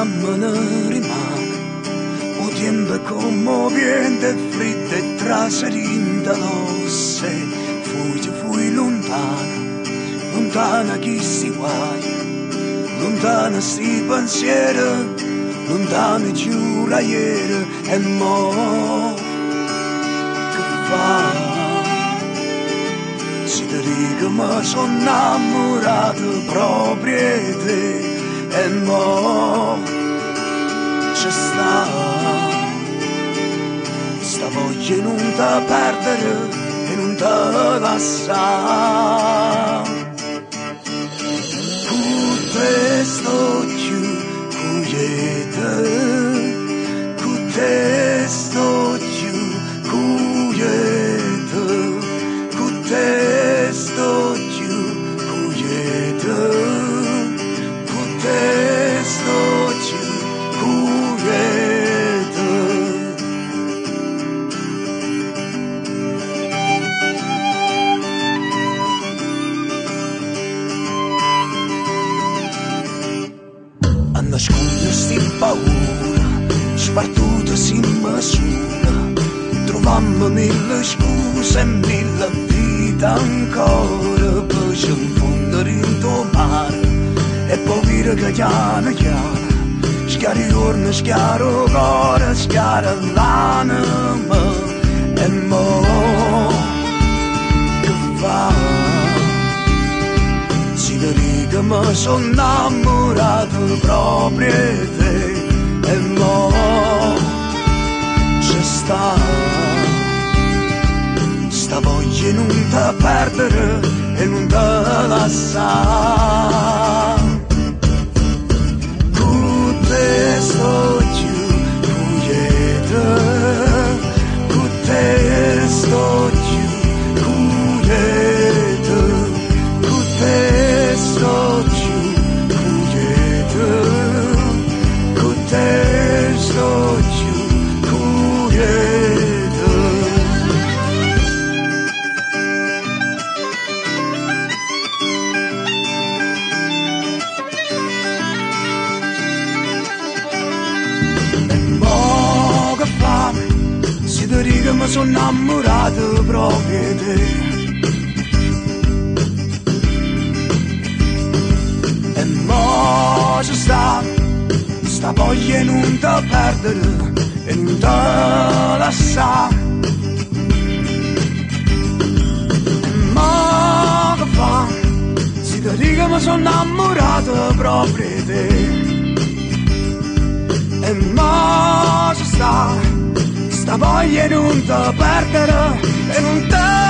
me ne rimane un tempo commovente, freddo e traserinda l'osse. Fui lontana, lontana chi si guai, lontana sti pensieri, lontana giura ieri e mo che fa? Si te dico ma sono innamorato proprio di te e mo c'è sta voglia non da perdere e non da lasciare. Con te sto giù, quieta, con te sto giù, quieta, con te sto giù, quieta, con te sto giù, quieta. Nasconde sti paura, spartuta sin misura, trovammo mille scuse e mille vita ancora, per confondere in tuo mare, e poi dire che chiana chiana, schiari giorno, schiaro cuore, schiara l'anima, e mo che fa? Che mi sono innamorato proprio di te e mo c'è sta voglia non da perdere e non da lasciare. Con te sto giù, quieta, con te sto giù, quieta, con te sto giù, quieta, con te sto giù, quieta. E mo che fa? Si ti dico mi sono innamorato proprio di te. C'è sta voglia non da perdere e non da lasciare. E mo che fa? Si ti dico mi sono innamorato proprio di te. E mo c'è sta voglia non da perdere e non da